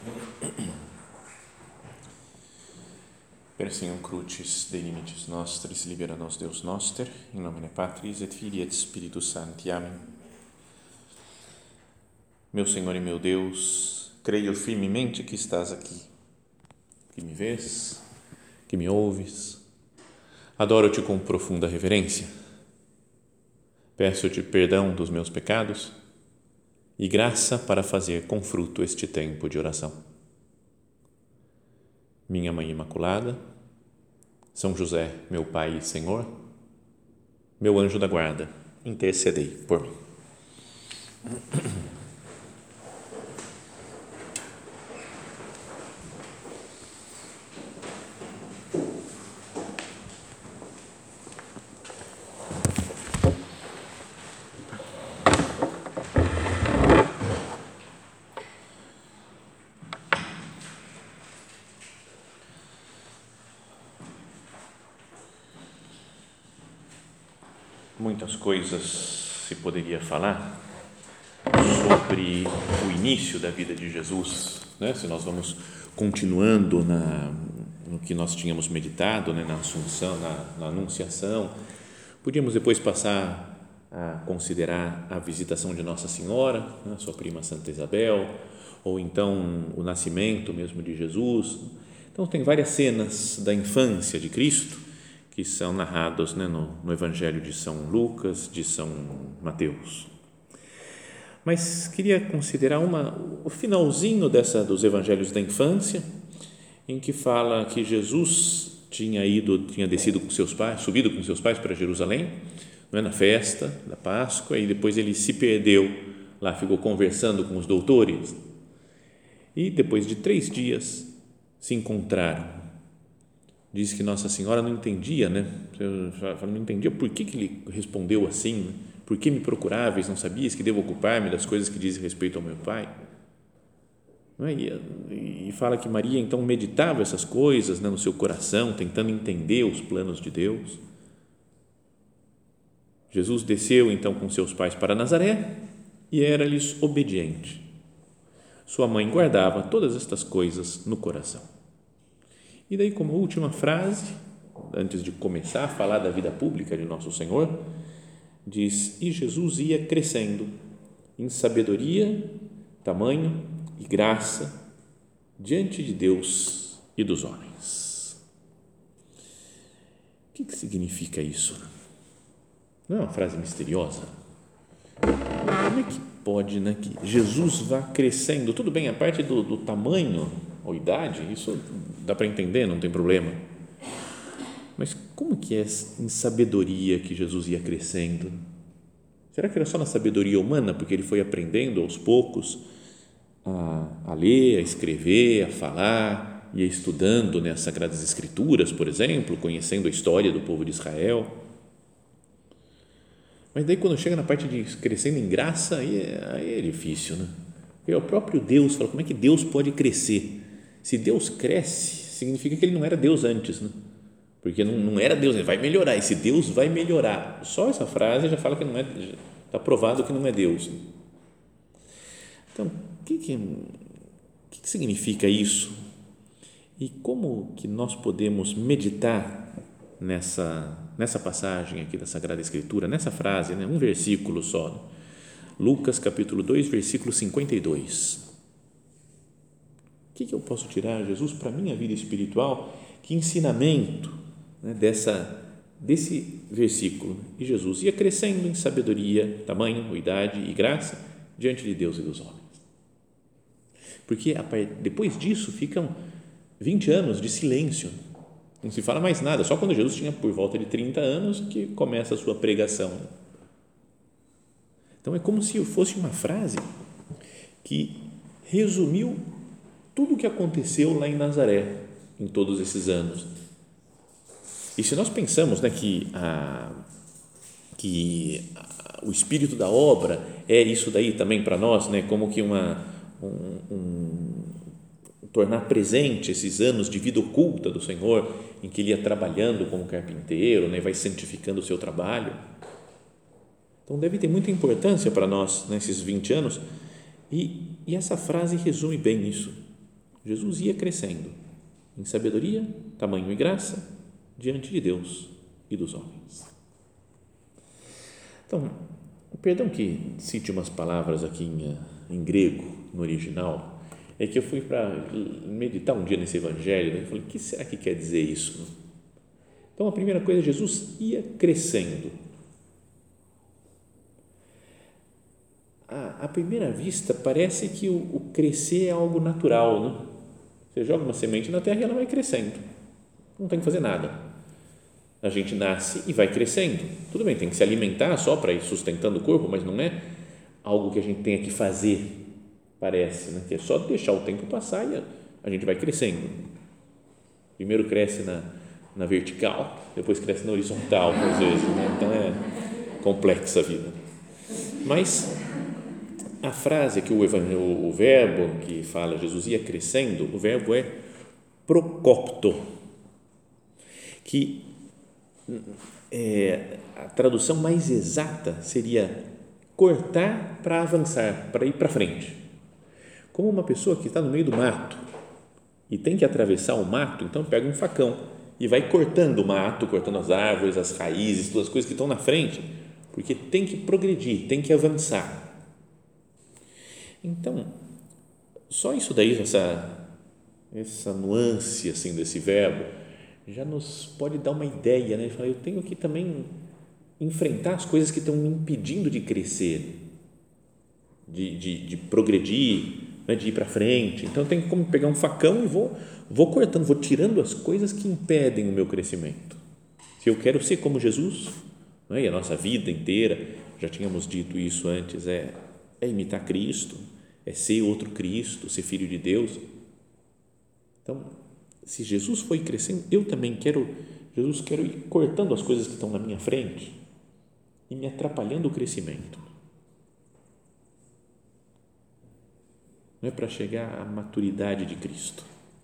Per signum crucis de limites nostris libera nos Deus noster, in nomine Patris et Filii et Spiritus Sancti. Amém. Meu Senhor e meu Deus, creio firmemente que estás aqui, que me vês, que me ouves. Adoro-te com profunda reverência. Peço-te perdão dos meus pecados e graça para fazer com fruto este tempo de oração. Minha Mãe Imaculada, São José, meu Pai e Senhor, meu anjo da guarda, intercedei por mim. Muitas coisas se poderia falar sobre o início da vida de Jesus, né? Se nós vamos continuando no que nós tínhamos meditado, né? Na Assunção, na Anunciação, podíamos depois passar a considerar a visitação de Nossa Senhora, né? Sua prima Santa Isabel, ou então o nascimento mesmo de Jesus. Então tem várias cenas da infância de Cristo que são narrados, né, no Evangelho de São Lucas, de São Mateus. Mas queria considerar o finalzinho dos Evangelhos da infância, em que fala que Jesus tinha descido com seus pais, subido com seus pais para Jerusalém, não é, na festa da Páscoa, e depois ele se perdeu lá, ficou conversando com os doutores, e depois de 3 dias se encontraram. Diz que Nossa Senhora não entendia, né? Não entendia por que ele respondeu assim, né? Por que me procuráveis, não sabias que devo ocupar-me das coisas que dizem respeito ao meu Pai? Não é? E fala que Maria então meditava essas coisas, né, no seu coração, tentando entender os planos de Deus. Jesus desceu então com seus pais para Nazaré e era-lhes obediente. Sua mãe guardava todas estas coisas no coração. E daí, como última frase, antes de começar a falar da vida pública de Nosso Senhor, diz: e Jesus ia crescendo em sabedoria, tamanho e graça diante de Deus e dos homens. O que significa isso? Não é uma frase misteriosa? Como é que pode, né, que Jesus vá crescendo? Tudo bem, a parte do tamanho ou idade, isso dá para entender, não tem problema. Mas como que é em sabedoria que Jesus ia crescendo? Será que era só na sabedoria humana, porque ele foi aprendendo aos poucos a ler, a escrever, a falar, ia estudando, né, as Sagradas Escrituras, por exemplo, conhecendo a história do povo de Israel? Mas daí quando chega na parte de crescendo em graça, aí é difícil, né? Porque o próprio Deus fala, como é que Deus pode crescer? Se Deus cresce, significa que ele não era Deus antes, né? Porque não era Deus, ele vai melhorar, esse Deus vai melhorar. Só essa frase já fala que não é, está provado que não é Deus. Então, o que significa isso? E como que nós podemos meditar nessa passagem aqui da Sagrada Escritura, nessa frase, né? Um versículo só, né? Lucas capítulo 2, versículo 52. O que eu posso tirar, Jesus, para a minha vida espiritual? Que ensinamento, né, desse versículo? E Jesus ia crescendo em sabedoria, tamanho, idade e graça diante de Deus e dos homens. Porque depois disso ficam 20 anos de silêncio, não se fala mais nada, só quando Jesus tinha por volta de 30 anos que começa a sua pregação. Então é como se fosse uma frase que resumiu tudo o que aconteceu lá em Nazaré em todos esses anos. E se nós pensamos, né, que o espírito da obra é isso daí também para nós, né, como que tornar presente esses anos de vida oculta do Senhor, em que ele ia trabalhando como carpinteiro, né, vai santificando o seu trabalho. Então deve ter muita importância para nós nesses 20 anos, e essa frase resume bem isso. Jesus ia crescendo em sabedoria, tamanho e graça diante de Deus e dos homens. Então, o perdão que cite umas palavras aqui em grego, no original, é que eu fui para meditar um dia nesse evangelho, e falei, o que será que quer dizer isso? Então, a primeira coisa, Jesus ia crescendo. À primeira vista, parece que o crescer é algo natural, né? Você joga uma semente na terra e ela vai crescendo, não tem que fazer nada. A gente nasce e vai crescendo. Tudo bem, tem que se alimentar só para ir sustentando o corpo, mas não é algo que a gente tenha que fazer, parece, né? Que é só deixar o tempo passar e a gente vai crescendo. Primeiro cresce na vertical, depois cresce na horizontal, às vezes, né? Então é complexa a vida. Mas a frase que o verbo que fala Jesus ia crescendo, o verbo é procopto, que a tradução mais exata seria cortar para avançar, para ir para frente. Como uma pessoa que está no meio do mato e tem que atravessar o mato, então pega um facão e vai cortando o mato, cortando as árvores, as raízes, todas as coisas que estão na frente, porque tem que progredir, tem que avançar. Então, só isso daí, essa nuance assim desse verbo, já nos pode dar uma ideia, né? Eu tenho que também enfrentar as coisas que estão me impedindo de crescer, de progredir, né? De ir para frente. Então, eu tenho que como pegar um facão e vou cortando, vou tirando as coisas que impedem o meu crescimento. Se eu quero ser como Jesus, né? E a nossa vida inteira, já tínhamos dito isso antes, é imitar Cristo, é ser outro Cristo, ser filho de Deus. Então, se Jesus foi crescendo, eu também quero ir cortando as coisas que estão na minha frente e me atrapalhando o crescimento. Não é para chegar à maturidade de Cristo.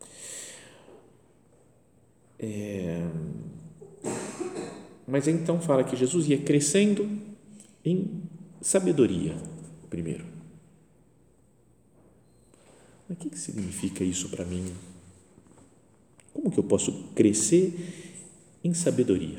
Mas então fala que Jesus ia crescendo em sabedoria, primeiro. Mas o que significa isso para mim? Como que eu posso crescer em sabedoria?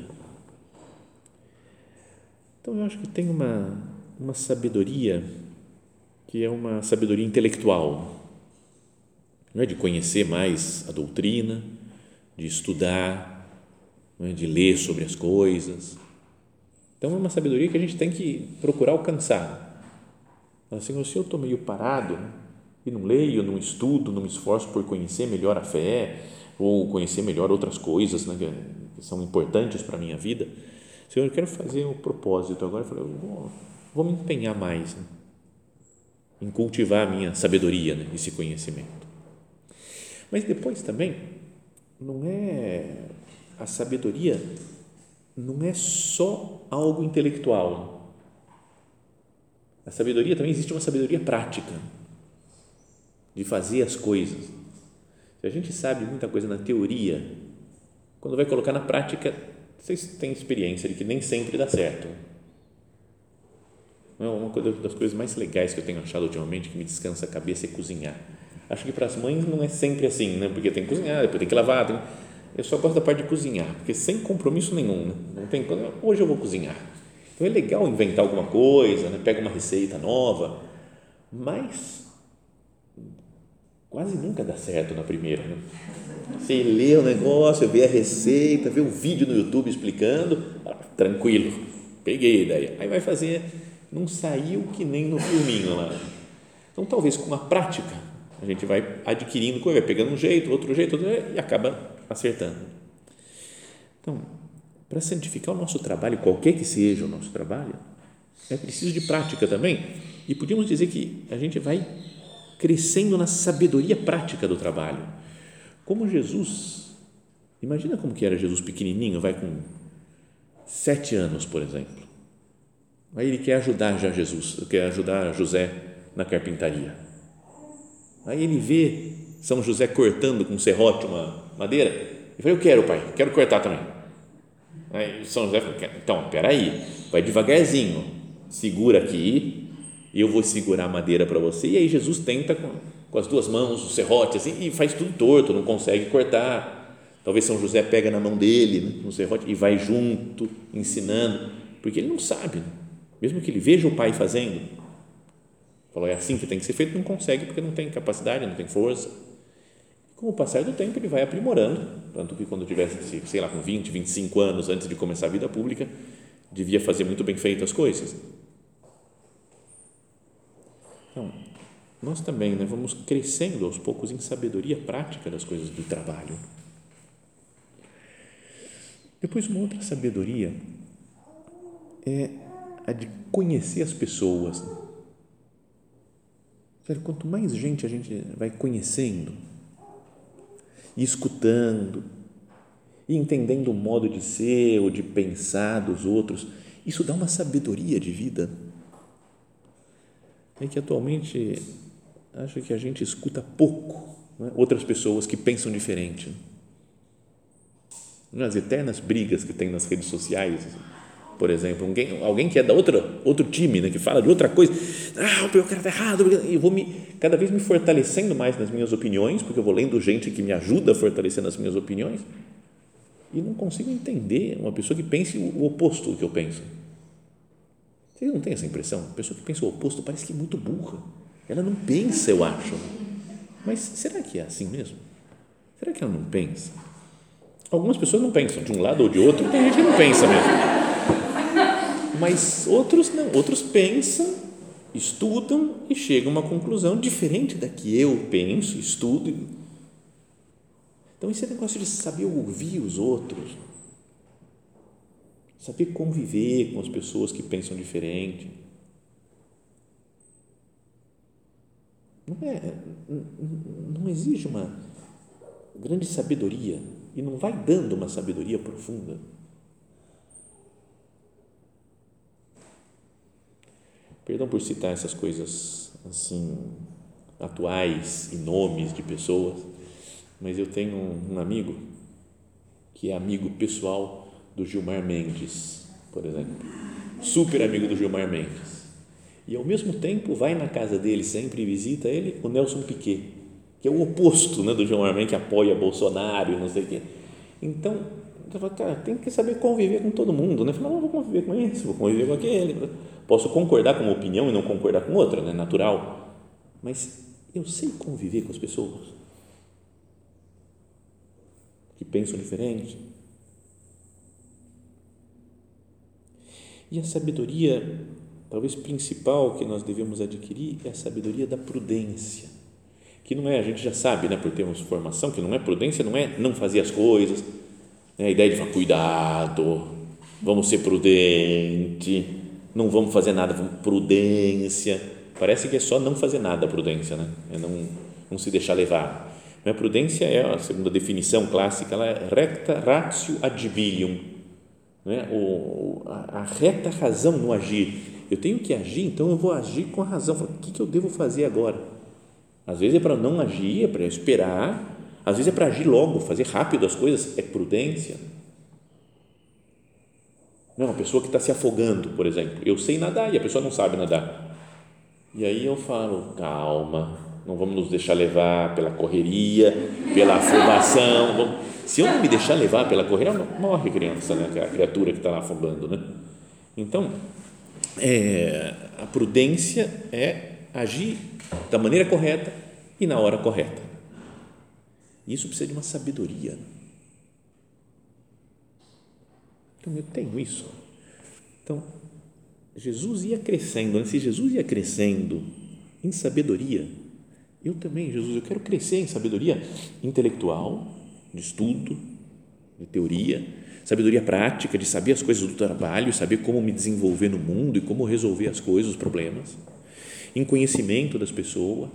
Então, eu acho que tem uma sabedoria que é uma sabedoria intelectual, não é de conhecer mais a doutrina, de estudar, não é de ler sobre as coisas. Então, é uma sabedoria que a gente tem que procurar alcançar. Assim, se eu estou meio parado e não leio, não estudo, não me esforço por conhecer melhor a fé ou conhecer melhor outras coisas, né, que são importantes para a minha vida, Senhor, eu quero fazer um propósito agora, eu vou me empenhar mais, né, em cultivar a minha sabedoria, né, esse conhecimento. Mas depois também, a sabedoria não é só algo intelectual. A sabedoria também existe uma sabedoria prática, de fazer as coisas. Se a gente sabe muita coisa na teoria, quando vai colocar na prática, vocês têm experiência de que nem sempre dá certo. Uma das coisas mais legais que eu tenho achado ultimamente, que me descansa a cabeça, é cozinhar. Acho que para as mães não é sempre assim, né? Porque tem que cozinhar, depois tem que lavar. Eu só gosto da parte de cozinhar, porque sem compromisso nenhum, né? Não tem, hoje eu vou cozinhar. Então é legal inventar alguma coisa, né? Pega uma receita nova, mas quase nunca dá certo na primeira, né? Você lê o negócio, vê a receita, vê o vídeo no YouTube explicando, tranquilo, peguei a ideia. Aí vai fazer, não saiu que nem no filminho lá. Então, talvez com a prática, a gente vai adquirindo coisa, vai pegando um jeito, outro jeito, e acaba acertando. Então, para santificar o nosso trabalho, qualquer que seja o nosso trabalho, é preciso de prática também. E podíamos dizer que a gente vai crescendo na sabedoria prática do trabalho. Como Jesus, imagina como que era Jesus pequenininho, vai com 7 anos, por exemplo. Aí ele quer ajudar quer ajudar José na carpintaria. Aí ele vê São José cortando com serrote uma madeira e fala, eu quero, pai, quero cortar também. Aí São José fala, então, peraí, vai devagarzinho, segura aqui, eu vou segurar a madeira para você. E aí Jesus tenta com com as duas mãos, o serrote, assim, e faz tudo torto, não consegue cortar. Talvez São José pega na mão dele, né, no serrote, e vai junto, ensinando, porque ele não sabe, mesmo que ele veja o pai fazendo, falou, é assim que tem que ser feito, não consegue, porque não tem capacidade, não tem força. Com o passar do tempo, ele vai aprimorando, tanto que quando tivesse, sei lá, com 20, 25 anos, antes de começar a vida pública, devia fazer muito bem feito as coisas. Então, nós também, né, vamos crescendo aos poucos em sabedoria prática das coisas do trabalho. Depois, uma outra sabedoria é a de conhecer as pessoas. Quanto mais gente a gente vai conhecendo, e escutando, e entendendo o modo de ser ou de pensar dos outros, isso dá uma sabedoria de vida. É que atualmente acho que a gente escuta pouco, né, outras pessoas que pensam diferente. Nas eternas brigas que tem nas redes sociais, por exemplo, alguém que é da outro time, né, que fala de outra coisa, o cara está errado, e vou cada vez me fortalecendo mais nas minhas opiniões, porque eu vou lendo gente que me ajuda a fortalecer nas minhas opiniões, e não consigo entender uma pessoa que pense o oposto do que eu penso. Vocês não têm essa impressão? A pessoa que pensa o oposto parece que é muito burra, ela não pensa, eu acho, mas será que é assim mesmo? Será que ela não pensa? Algumas pessoas não pensam, de um lado ou de outro, tem gente que não pensa mesmo. Mas outros não, outros pensam, estudam e chegam a uma conclusão diferente da que eu penso, estudo. Então, esse negócio de saber ouvir os outros, saber conviver com as pessoas que pensam diferente, não exige uma grande sabedoria e não vai dando uma sabedoria profunda. Perdão por citar essas coisas assim atuais e nomes de pessoas, mas eu tenho um amigo que é amigo pessoal do Gilmar Mendes, por exemplo, super amigo do Gilmar Mendes, e ao mesmo tempo vai na casa dele sempre e visita ele o Nelson Piquet, que é o oposto, né, do Gilmar Mendes, que apoia Bolsonaro e não sei o quê. Então, eu falo, cara, tem que saber conviver com todo mundo, né? Eu falo, não, vou conviver com esse, vou conviver com aquele. Posso concordar com uma opinião e não concordar com outra, né? Natural. Mas eu sei conviver com as pessoas que pensam diferente. E a sabedoria, talvez principal que nós devemos adquirir é a sabedoria da prudência, que não é, a gente já sabe, né, por termos formação, que não é prudência, não é não fazer as coisas, né, a ideia de falar, cuidado, vamos ser prudente, não vamos fazer nada, prudência, parece que é só não fazer nada a prudência, né, é não se deixar levar. A prudência é, a segunda definição clássica, ela é recta ratio adbilium, né? A reta razão no agir. Eu tenho que agir, então eu vou agir com a razão. O que eu devo fazer agora? Às vezes é para não agir, é para esperar, às vezes é para agir logo, fazer rápido as coisas, é prudência. Não, uma pessoa que está se afogando, por exemplo, eu sei nadar e a pessoa não sabe nadar. E aí eu falo, calma, não vamos nos deixar levar pela correria, pela afobação. Se eu não me deixar levar pela correria, morre a criança, né? A criatura que está lá afogando, né? Então, a prudência é agir da maneira correta e na hora correta. Isso precisa de uma sabedoria. Então, eu tenho isso. Então, Jesus ia crescendo, né? Se Jesus ia crescendo em sabedoria, eu também, Jesus, eu quero crescer em sabedoria intelectual, de estudo, de teoria, sabedoria prática, de saber as coisas do trabalho, saber como me desenvolver no mundo e como resolver as coisas, os problemas, em conhecimento das pessoas,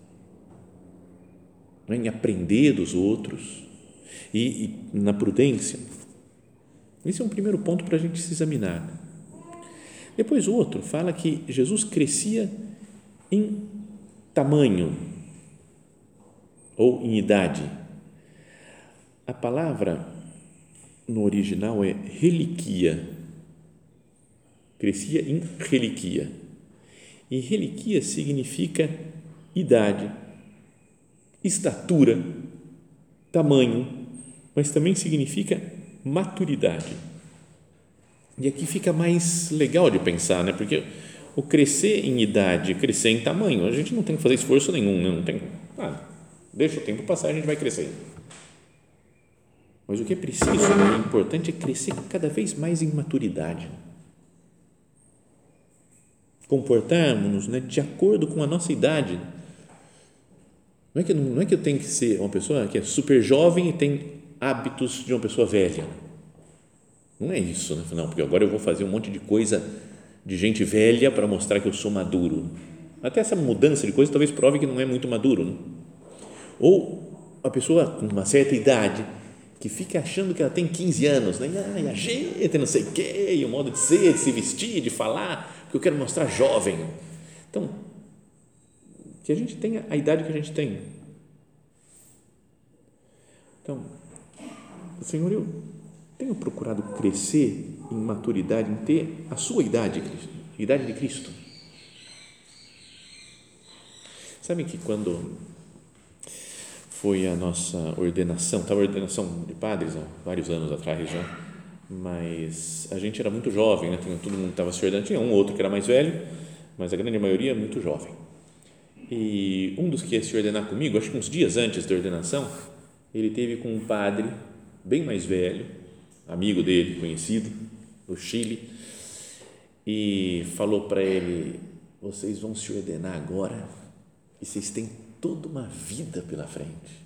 né? Em aprender dos outros e na prudência. Esse é um primeiro ponto para a gente se examinar. Depois o outro fala que Jesus crescia em tamanho ou em idade. A palavra no original é reliquia. Crescia em reliquia. E reliquia significa idade. estatura, tamanho, mas também significa maturidade. E aqui fica mais legal de pensar, né? Porque o crescer em idade, crescer em tamanho, a gente não tem que fazer esforço nenhum, né? Não tem nada. Deixa o tempo passar, a gente vai crescendo. Mas o que é preciso, o importante é crescer cada vez mais em maturidade. Comportarmos-nos, né, de acordo com a nossa idade. Não é que eu tenho que ser uma pessoa que é super jovem e tem hábitos de uma pessoa velha. Não é isso, né? Não, porque agora eu vou fazer um monte de coisa de gente velha para mostrar que eu sou maduro. Até essa mudança de coisa talvez prove que não é muito maduro, né? Ou a pessoa com uma certa idade que fica achando que ela tem 15 anos, né? E a gente, não sei o quê, e o modo de ser, de se vestir, de falar, porque eu quero mostrar jovem. Então, que a gente tenha a idade que a gente tem. Então, Senhor, eu tenho procurado crescer em maturidade, em ter a sua idade, a idade de Cristo. Sabe que quando foi a nossa ordenação, estava a ordenação de padres há vários anos atrás já, mas a gente era muito jovem, né? Todo mundo estava se ordenando, tinha um ou outro que era mais velho, mas a grande maioria muito jovem. E um dos que ia se ordenar comigo, acho que uns dias antes da ordenação, ele teve com um padre bem mais velho, amigo dele, conhecido, do Chile, e falou para ele: vocês vão se ordenar agora e vocês têm toda uma vida pela frente,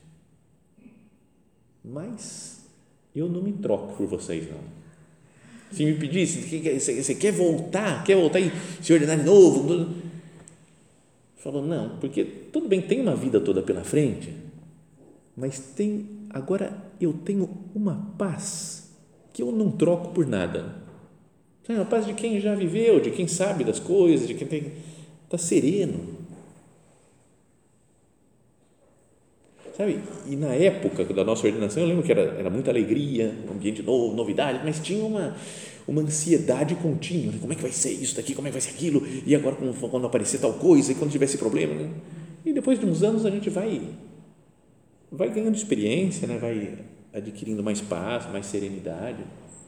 mas eu não me troco por vocês, não. Se me pedisse, você quer voltar e se ordenar de novo? Falou: não, porque tudo bem, tem uma vida toda pela frente, mas agora eu tenho uma paz que eu não troco por nada. É a paz de quem já viveu, de quem sabe das coisas, de quem está sereno. Sabe? E na época da nossa ordenação, eu lembro que era muita alegria, um ambiente novo, novidade, mas tinha uma ansiedade contínua, né? Como é que vai ser isso daqui, como é que vai ser aquilo, e agora quando aparecer tal coisa, e quando tiver esse problema, né? E depois de uns anos a gente vai ganhando experiência, né? Vai adquirindo mais paz, mais serenidade.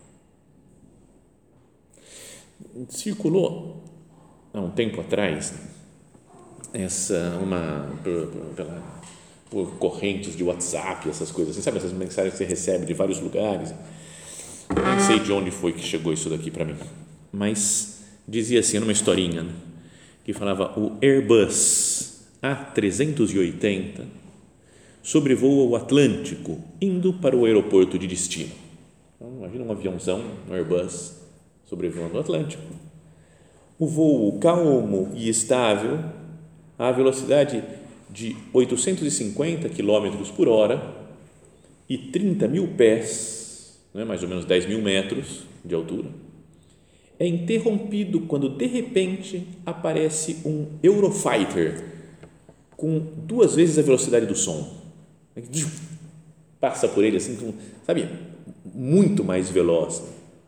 Circulou há um tempo atrás por correntes de WhatsApp, essas coisas, você sabe, essas mensagens que você recebe de vários lugares. Não sei de onde foi que chegou isso daqui para mim, mas dizia assim, numa historinha, né, que falava: o Airbus A380 sobrevoa o Atlântico indo para o aeroporto de destino. Então, imagina um aviãozão, um Airbus, sobrevoando o Atlântico. O voo calmo e estável, à velocidade de 850 km por hora e 30 mil pés, né, mais ou menos 10 mil metros de altura, é interrompido quando de repente aparece um Eurofighter com 2 vezes a velocidade do som. Passa por ele assim, sabe, muito mais veloz.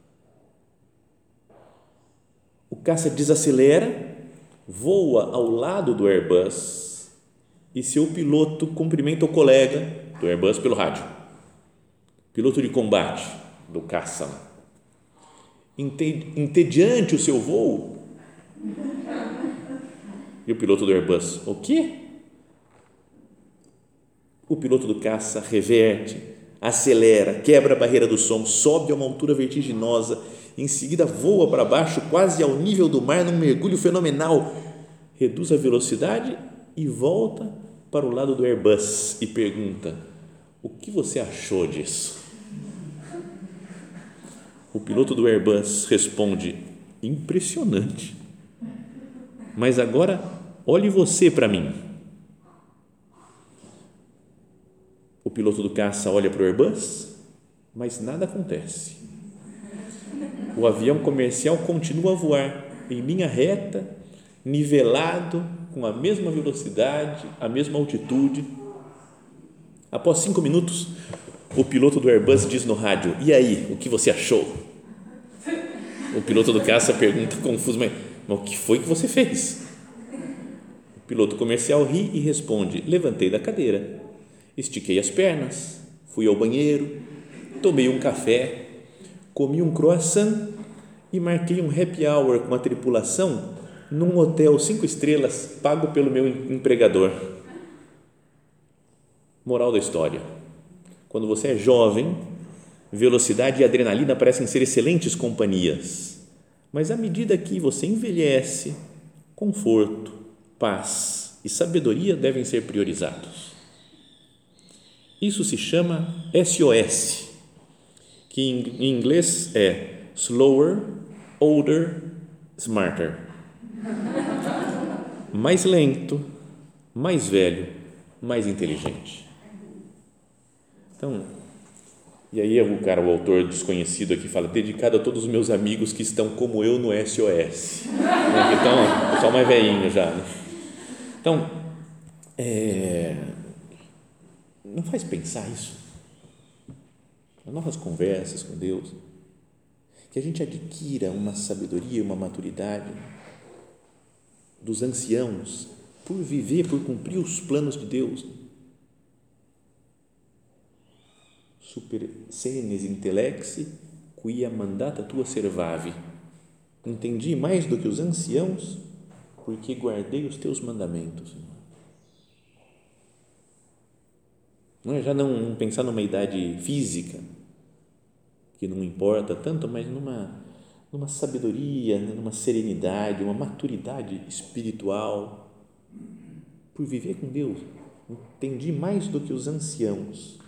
O caça desacelera, voa ao lado do Airbus e seu piloto cumprimenta o colega do Airbus pelo rádio, piloto de combate do caça, entediante o seu voo. E o piloto do Airbus: o quê? O piloto do caça reverte, acelera, quebra a barreira do som, sobe a uma altura vertiginosa, em seguida voa para baixo quase ao nível do mar num mergulho fenomenal, reduz a velocidade e volta para o lado do Airbus e pergunta: o que você achou disso? O piloto do Airbus responde: impressionante, mas agora olhe você para mim. O piloto do caça olha para o Airbus, mas nada acontece. O avião comercial continua a voar em linha reta, nivelado, com a mesma velocidade, a mesma altitude. Após 5 minutos, o piloto do Airbus diz no rádio: e aí, o que você achou? O piloto do caça pergunta confuso: mas o que foi que você fez? O piloto comercial ri e responde: levantei da cadeira estiquei as pernas, fui ao banheiro, tomei um café, comi um croissant e marquei um happy hour com a tripulação num hotel 5 estrelas pago pelo meu empregador. Moral da história: quando você é jovem, velocidade e adrenalina parecem ser excelentes companhias, mas à medida que você envelhece, conforto, paz e sabedoria devem ser priorizados. Isso se chama SOS, que em inglês é Slower, Older, Smarter. Mais lento, mais velho, mais inteligente. Então, e aí o autor desconhecido aqui fala, dedicado a todos os meus amigos que estão como eu no SOS. Então, o pessoal mais velhinho já. Né? Então, não faz pensar isso? Nas nossas conversas com Deus, que a gente adquira uma sabedoria, uma maturidade dos anciãos por viver, por cumprir os planos de Deus. Super senes intellexi quia mandata tua servavi. Entendi mais do que os anciãos porque guardei os teus mandamentos. Não é já não pensar numa idade física que não importa tanto, mas numa sabedoria, numa serenidade, uma maturidade espiritual por viver com Deus. Entendi mais do que os anciãos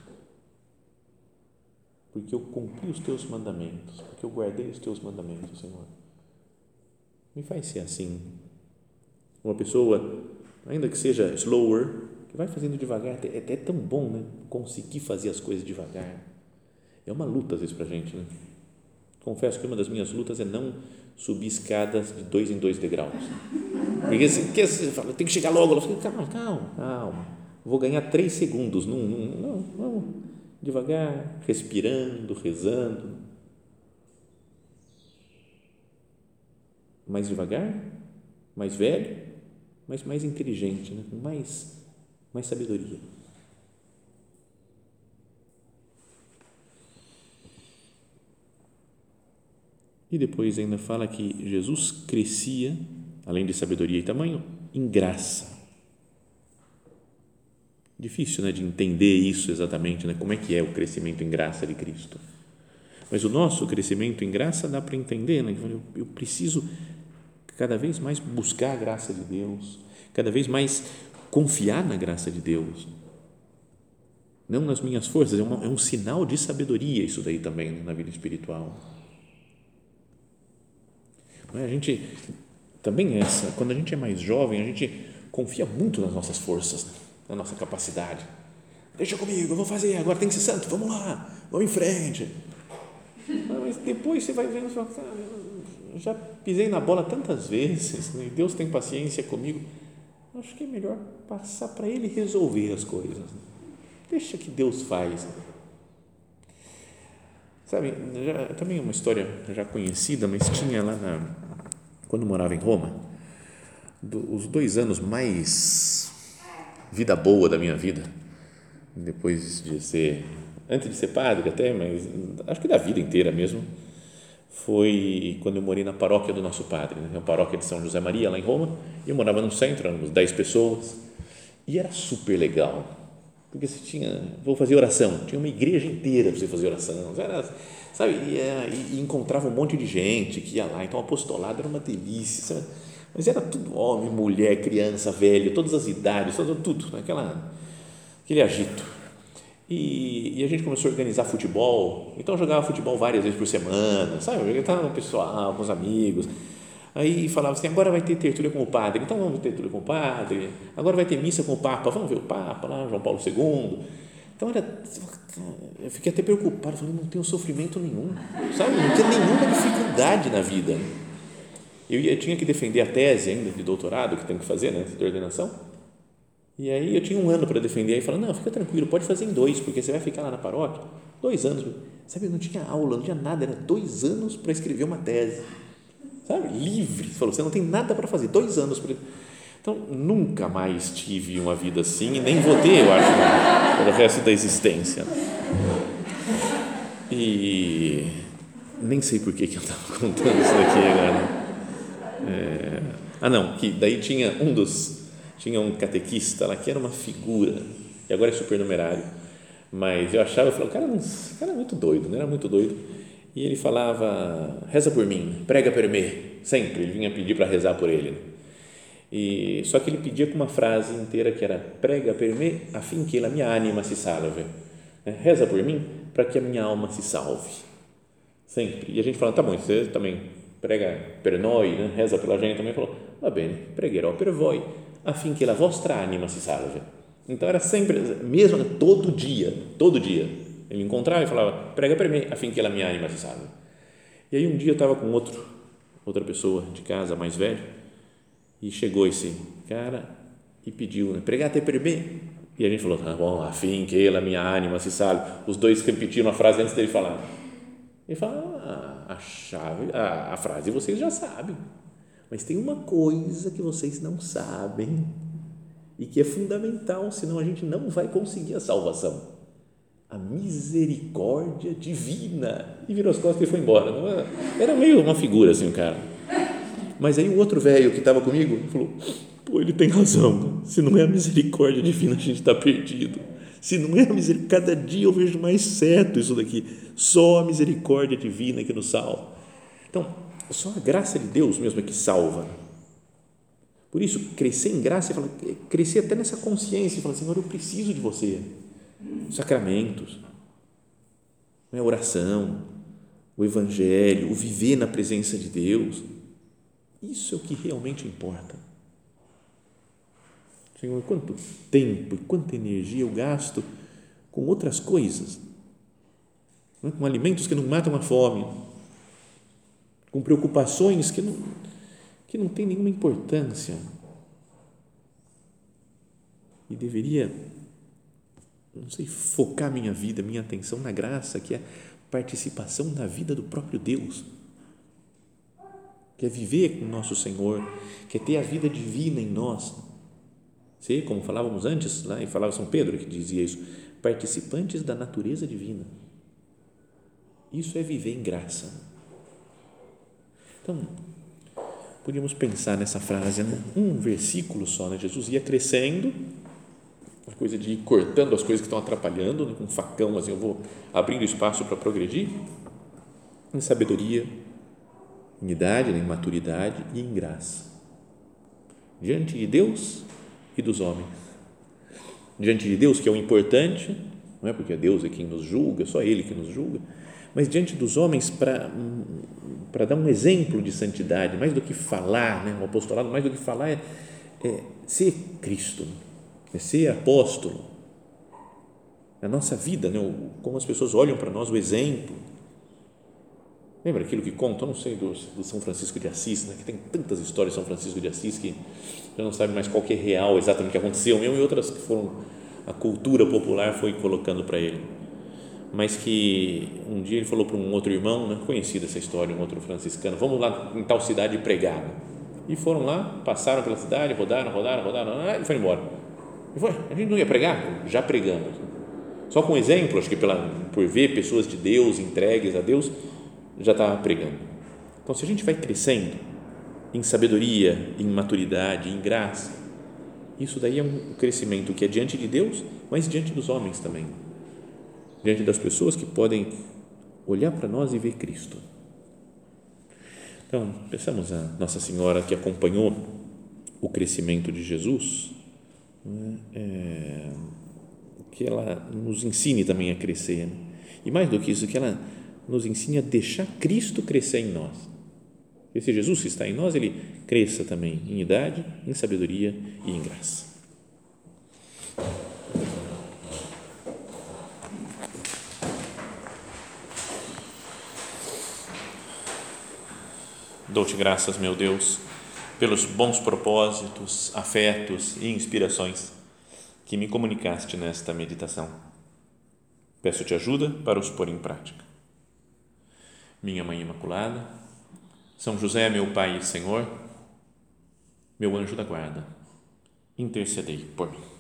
porque eu cumpri os teus mandamentos, porque eu guardei os teus mandamentos, Senhor. Me faz ser assim. Uma pessoa, ainda que seja slower, que vai fazendo devagar, é tão bom, né? Conseguir fazer as coisas devagar. É uma luta às vezes para a gente, né? Confesso que uma das minhas lutas é não subir escadas de 2 em 2 degraus. Porque você fala, tem que chegar logo. Eu falo, calma. Vou ganhar 3 segundos. Não. Devagar, respirando, rezando. Mais devagar, mais velho, mas mais inteligente, né? mais sabedoria. E depois ainda fala que Jesus crescia, além de sabedoria e tamanho, em graça. Difícil, né, de entender isso exatamente, né, como é que é o crescimento em graça de Cristo. Mas o nosso crescimento em graça dá para entender, né? Eu preciso cada vez mais buscar a graça de Deus, cada vez mais confiar na graça de Deus, não nas minhas forças. É um sinal de sabedoria isso daí também, né, na vida espiritual. A gente também quando a gente é mais jovem, a gente confia muito nas nossas forças, né? Na nossa capacidade. Deixa comigo, eu vou fazer, agora tem que ser santo, vamos lá, vamos em frente. Mas depois você vai vendo, já pisei na bola tantas vezes, né? Deus tem paciência comigo, acho que é melhor passar para Ele resolver as coisas. Deixa que Deus faz. Sabe, também é uma história já conhecida, mas tinha lá quando morava em Roma, os 2 anos mais vida boa da minha vida, depois antes de ser padre até, mas acho que da vida inteira mesmo, foi quando eu morei na paróquia do nosso padre, né? A paróquia de São José Maria, lá em Roma, e eu morava no centro, éramos 10 pessoas, e era super legal, porque você vou fazer oração, tinha uma igreja inteira para você fazer oração, sabe, e encontrava um monte de gente que ia lá, então o apostolado era uma delícia, sabe? Mas era tudo homem, mulher, criança, velho, todas as idades, tudo, aquele agito. E a gente começou a organizar futebol, então eu jogava futebol várias vezes por semana, sabe? Eu estava com o pessoal, com os amigos, aí falava assim, agora vai ter tertúlia com o padre, então vamos ter tertúlia com o padre, agora vai ter missa com o Papa, vamos ver o Papa lá, João Paulo II. Então eu fiquei até preocupado, falei, não tenho sofrimento nenhum, sabe? Não tinha nenhuma dificuldade na vida. Eu tinha que defender a tese ainda de doutorado que tem que fazer, né, de ordenação, e aí eu tinha 1 ano para defender, aí falando, não, fica tranquilo, pode fazer em 2, porque você vai ficar lá na paróquia, 2 anos, sabe, eu não tinha aula, não tinha nada, era 2 anos para escrever uma tese, sabe, livre, você falou, você não tem nada para fazer, 2 anos para... Então, nunca mais tive uma vida assim, e nem vou ter, eu acho, pelo resto da existência. E nem sei por que eu estava contando isso daqui agora. Não, que daí tinha um catequista lá que era uma figura, e agora é supernumerário, mas eu falava, o cara é muito doido, né? Era muito doido, e ele falava, reza por mim, prega per me, sempre, ele vinha pedir para rezar por ele, né? E só que ele pedia com uma frase inteira que era, prega per me affinché la mia anima si salve, reza por mim para que a minha alma se salve, sempre. E a gente fala, tá bom, você também prega per noi, né? Reza pela gente também. Falou, va bene, pregherò per voi affinché la vostra anima si salve. Então era sempre, mesmo todo dia ele encontrava e falava, prega per me affinché la mia anima si salve. E aí um dia eu estava com outra pessoa de casa mais velho, e chegou esse cara e pediu, né, pregate per me. E a gente falou, tá bom, affinché la mia anima si salve. Os dois repetiram a frase antes dele falar. Ele fala, a frase vocês já sabem, mas tem uma coisa que vocês não sabem e que é fundamental, senão a gente não vai conseguir a salvação, a misericórdia divina. E virou as costas e foi embora. Era meio uma figura assim o cara, mas aí o outro velho que estava comigo falou, pô, ele tem razão, se não é a misericórdia divina a gente está perdido. Se não é a misericórdia, cada dia eu vejo mais certo isso daqui, só a misericórdia divina que nos salva. Então, só a graça de Deus mesmo é que salva. Por isso, crescer em graça, crescer até nessa consciência, falar, Senhor, eu preciso de você. Sacramentos, a oração, o evangelho, o viver na presença de Deus, isso é o que realmente importa. Senhor, quanto tempo e quanta energia eu gasto com outras coisas, né? Com alimentos que não matam a fome, com preocupações que não têm nenhuma importância, e deveria, não sei, focar minha vida, minha atenção na graça, que é participação na vida do próprio Deus, que é viver com o nosso Senhor, que é ter a vida divina em nós. Ser, como falávamos antes, lá, e falava São Pedro que dizia isso, participantes da natureza divina. Isso é viver em graça. Então, podíamos pensar nessa frase, né? Um versículo só, né? Jesus ia crescendo, a coisa de ir cortando as coisas que estão atrapalhando, né? Com um facão, assim, eu vou abrindo espaço para progredir, em sabedoria, em idade, em maturidade e em graça. Diante de Deus e dos homens. Diante de Deus, que é o importante, não é porque Deus é quem nos julga, só Ele que nos julga, mas diante dos homens para dar um exemplo de santidade, mais do que falar, né? O apostolado, mais do que falar é ser Cristo, é ser apóstolo. A nossa vida, né? Como as pessoas olham para nós, o exemplo. Lembra aquilo que conta, eu não sei, do São Francisco de Assis, né? Que tem tantas histórias de São Francisco de Assis que já não sabe mais qual que é real exatamente o que aconteceu mesmo, e outras que foram, a cultura popular foi colocando para ele, mas que um dia ele falou para um outro irmão, né? Conhecida essa história, um outro franciscano, vamos lá em tal cidade pregar, né? E foram lá, passaram pela cidade, rodaram e foram embora. E foi, a gente não ia pregar? Já pregamos, só com exemplo, acho que por ver pessoas de Deus entregues a Deus, já estava pregando. Então, se a gente vai crescendo em sabedoria, em maturidade, em graça, isso daí é um crescimento que é diante de Deus, mas diante dos homens também, diante das pessoas que podem olhar para nós e ver Cristo. Então, pensamos a Nossa Senhora que acompanhou o crescimento de Jesus, né? Que ela nos ensine também a crescer, né? E mais do que isso, que ela nos ensine a deixar Cristo crescer em nós. Esse Jesus que está em nós, ele cresça também em idade, em sabedoria e em graça. Dou-te graças, meu Deus, pelos bons propósitos, afetos e inspirações que me comunicaste nesta meditação. Peço-te ajuda para os pôr em prática. Minha Mãe Imaculada, São José, meu Pai e Senhor, meu anjo da guarda, intercedei por mim.